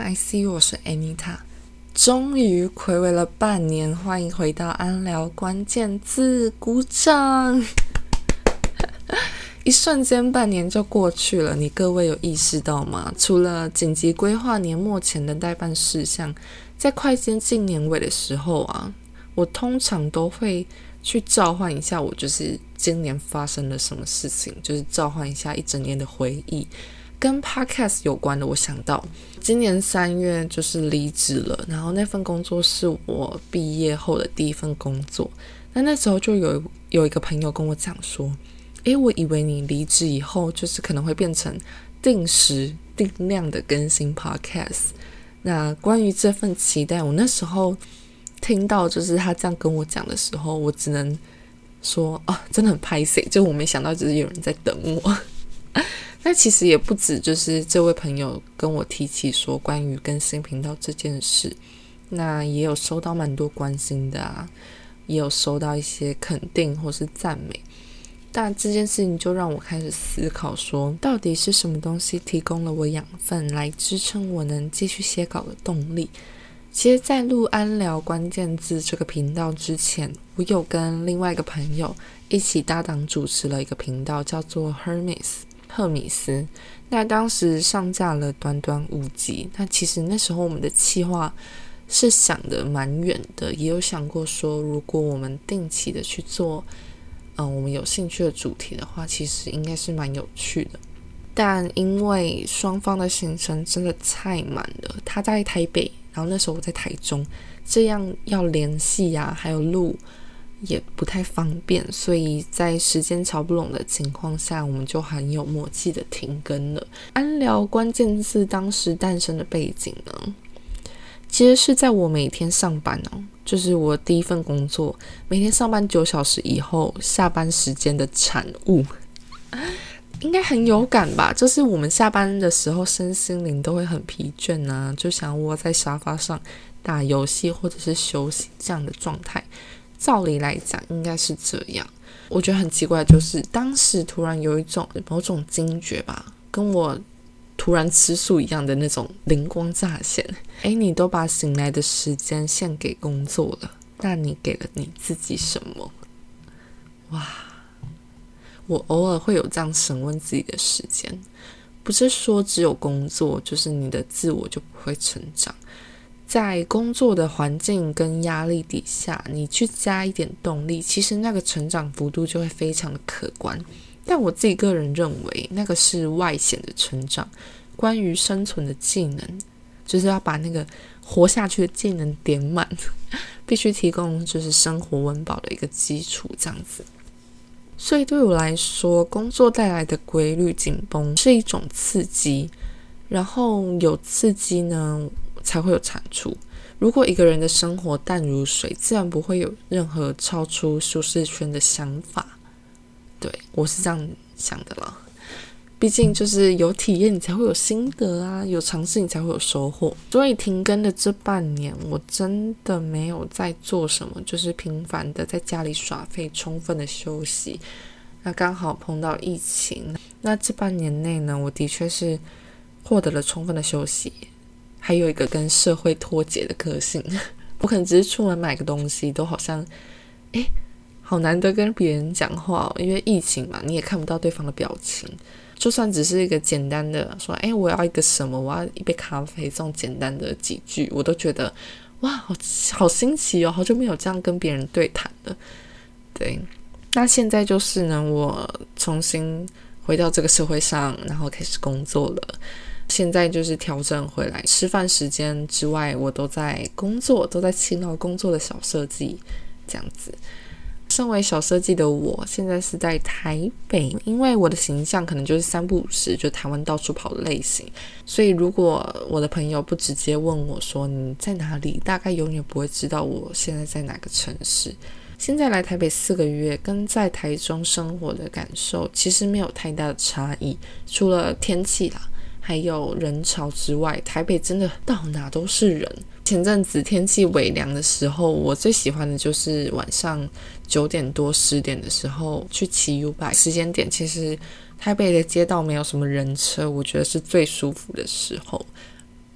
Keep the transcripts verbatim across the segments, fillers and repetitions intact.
I C U， 我是 Anita。终于睽违了半年，欢迎回到安聊关键字，鼓掌！一瞬间半年就过去了，你各位有意识到吗？除了紧急规划年末前的待办事项，在快接近年尾的时候啊，我通常都会去召唤一下我就是今年发生了什么事情，就是召唤一下一整年的回忆。跟 podcast 有关的，我想到今年三月就是离职了，然后那份工作是我毕业后的第一份工作。那那时候就有有一个朋友跟我讲说，诶，我以为你离职以后就是可能会变成定时定量的更新 podcast。那关于这份期待，我那时候听到就是他这样跟我讲的时候，我只能说啊，真的很拍谢，就我没想到就是有人在等我。那其实也不止就是这位朋友跟我提起说关于更新频道这件事，那也有收到蛮多关心的啊，也有收到一些肯定或是赞美。但这件事情就让我开始思考说，到底是什么东西提供了我养分来支撑我能继续写稿的动力。其实在录安聊关键字这个频道之前，我有跟另外一个朋友一起搭档主持了一个频道，叫做 Hermes赫米斯。那当时上架了短短五集，那其实那时候我们的企划是想的蛮远的，也有想过说如果我们定期的去做嗯，我们有兴趣的主题的话，其实应该是蛮有趣的。但因为双方的行程真的太满了，他在台北，然后那时候我在台中，这样要联系啊还有录也不太方便，所以在时间瞧不拢的情况下，我们就很有默契的停更了。安聊关键字当时诞生的背景呢，其实是在我每天上班哦，就是我第一份工作，每天上班九小时以后下班时间的产物。应该很有感吧，就是我们下班的时候身心灵都会很疲倦啊，就想窝在沙发上打游戏或者是休息这样的状态。照理来讲应该是这样，我觉得很奇怪，就是当时突然有一种某种惊觉吧，跟我突然吃素一样的那种灵光乍现。诶，你都把醒来的时间献给工作了，那你给了你自己什么？哇，我偶尔会有这样审问自己的时间，不是说只有工作就是你的自我就不会成长。在工作的环境跟压力底下，你去加一点动力，其实那个成长幅度就会非常的可观。但我自己个人认为，那个是外显的成长，关于生存的技能，就是要把那个活下去的技能点满，必须提供就是生活温饱的一个基础这样子。所以对我来说，工作带来的规律紧绷是一种刺激，然后有刺激呢才会有产出。如果一个人的生活淡如水，自然不会有任何超出舒适圈的想法。对，我是这样想的啦。毕竟就是有体验你才会有心得啊，有尝试你才会有收获。所以停更的这半年，我真的没有在做什么，就是频繁的在家里耍废，充分的休息。那刚好碰到疫情，那这半年内呢，我的确是获得了充分的休息，还有一个跟社会脱节的个性。我可能只是出门买个东西，都好像诶好难得跟别人讲话哦，因为疫情嘛，你也看不到对方的表情。就算只是一个简单的说，诶我要一个什么，我要一杯咖啡，这种简单的几句，我都觉得哇，好好新奇哦，好久没有这样跟别人对谈了。对，那现在就是呢，我重新回到这个社会上，然后开始工作了。现在就是调整回来，吃饭时间之外，我都在工作，都在勤劳工作的小设计这样子。身为小设计的我，现在是在台北，因为我的形象可能就是三不五时就台湾到处跑的类型，所以如果我的朋友不直接问我说你在哪里，大概永远不会知道我现在在哪个城市。现在来台北四个月，跟在台中生活的感受其实没有太大的差异，除了天气啦还有人潮之外，台北真的到哪都是人。前阵子天气微凉的时候，我最喜欢的就是晚上九点多十点的时候去骑 U-Bike， 时间点其实台北的街道没有什么人车，我觉得是最舒服的时候。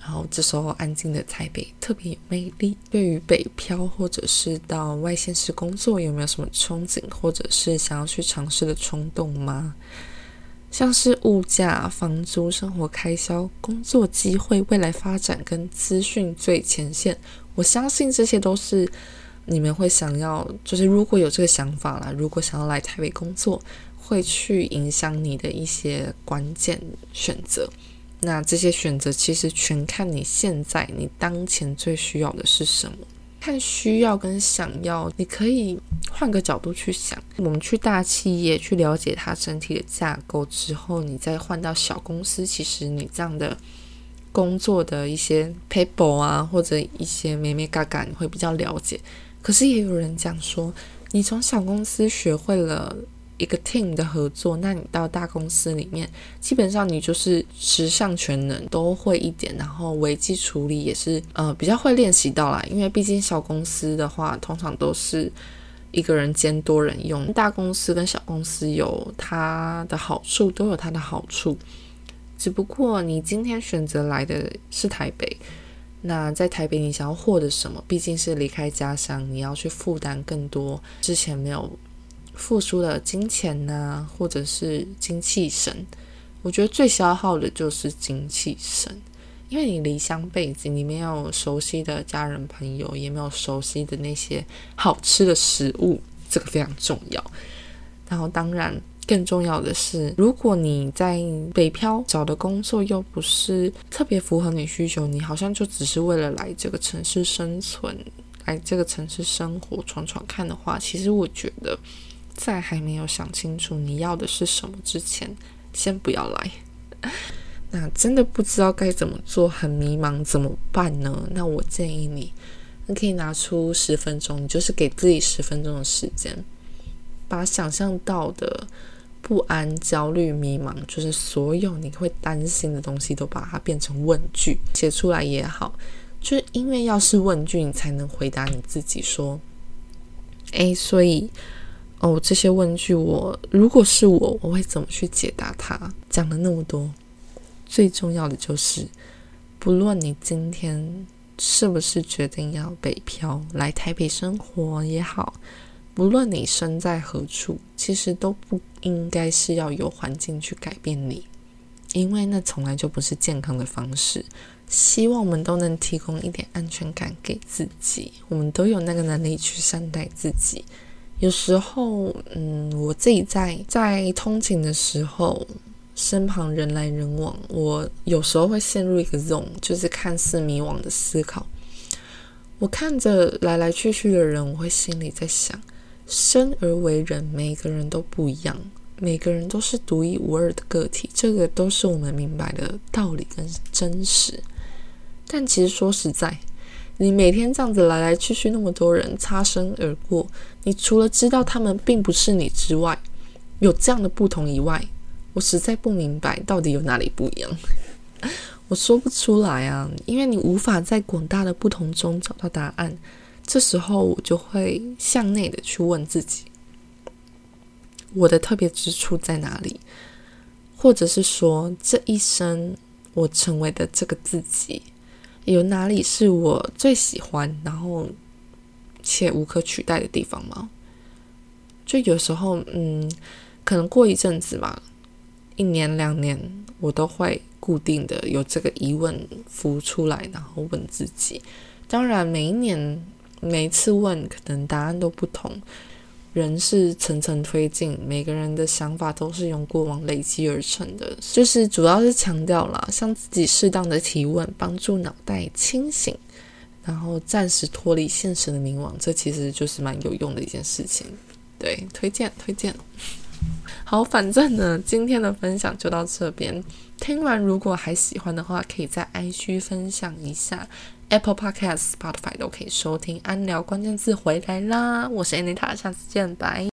然后这时候安静的台北特别有魅力。对于北漂或者是到外县市工作，有没有什么憧憬或者是想要去尝试的冲动吗？像是物价、房租、生活开销、工作机会、未来发展跟资讯最前线，我相信这些都是你们会想要，就是如果有这个想法啦，如果想要来台北工作，会去影响你的一些关键选择。那这些选择其实全看你现在你当前最需要的是什么。看需要跟想要，你可以换个角度去想。我们去大企业去了解它整体的架构之后，你再换到小公司，其实你这样的工作的一些 paper 啊，或者一些眉眉角角你会比较了解。可是也有人讲说，你从小公司学会了一个 team 的合作，那你到大公司里面基本上你就是十项全能都会一点，然后危机处理也是呃比较会练习到啦。因为毕竟小公司的话通常都是一个人兼多人用，大公司跟小公司有它的好处，都有它的好处，只不过你今天选择来的是台北，那在台北你想要获得什么？毕竟是离开家乡，你要去负担更多之前没有付出的金钱啊，或者是精气神。我觉得最消耗的就是精气神，因为你离乡背景，你没有熟悉的家人朋友，也没有熟悉的那些好吃的食物，这个非常重要。然后当然更重要的是，如果你在北漂找的工作又不是特别符合你需求，你好像就只是为了来这个城市生存，来这个城市生活闯闯看的话，其实我觉得在还没有想清楚你要的是什么之前，先不要来。那真的不知道该怎么做，很迷茫怎么办呢？那我建议你，你可以拿出十分钟，你就是给自己十分钟的时间，把想象到的不安、焦虑、迷茫，就是所有你会担心的东西都把它变成问句，写出来也好。就是因为要是问句，你才能回答你自己说，诶，所以哦，这些问句我如果是我，我会怎么去解答它？讲了那么多，最重要的就是，不论你今天是不是决定要北漂来台北生活也好，不论你身在何处，其实都不应该是要由环境去改变你，因为那从来就不是健康的方式。希望我们都能提供一点安全感给自己，我们都有那个能力去善待自己。有时候嗯，我自己在在通勤的时候，身旁人来人往，我有时候会陷入一个 zone， 就是看似迷惘的思考。我看着来来去去的人，我会心里在想，生而为人，每个人都不一样，每个人都是独一无二的个体，这个都是我们明白的道理跟真实。但其实说实在，你每天这样子来来去去那么多人擦身而过，你除了知道他们并不是你之外，有这样的不同以外，我实在不明白到底有哪里不一样。我说不出来啊，因为你无法在广大的不同中找到答案。这时候我就会向内的去问自己，我的特别之处在哪里？或者是说，这一生我成为的这个自己，有哪里是我最喜欢，然后且无可取代的地方吗？就有时候，嗯，可能过一阵子吧，一年两年，我都会固定的有这个疑问浮出来，然后问自己。当然，每一年每一次问，可能答案都不同。人是层层推进，每个人的想法都是用过往累积而成的，就是主要是强调啦，向自己适当的提问，帮助脑袋清醒，然后暂时脱离现实的迷惘，这其实就是蛮有用的一件事情。对，推荐推荐。好，反正呢，今天的分享就到这边。听完如果还喜欢的话，可以在 I G 分享一下， Apple Podcast、Spotify 都可以收听。安聊关键字回来啦，我是 Anita， 下次见，拜。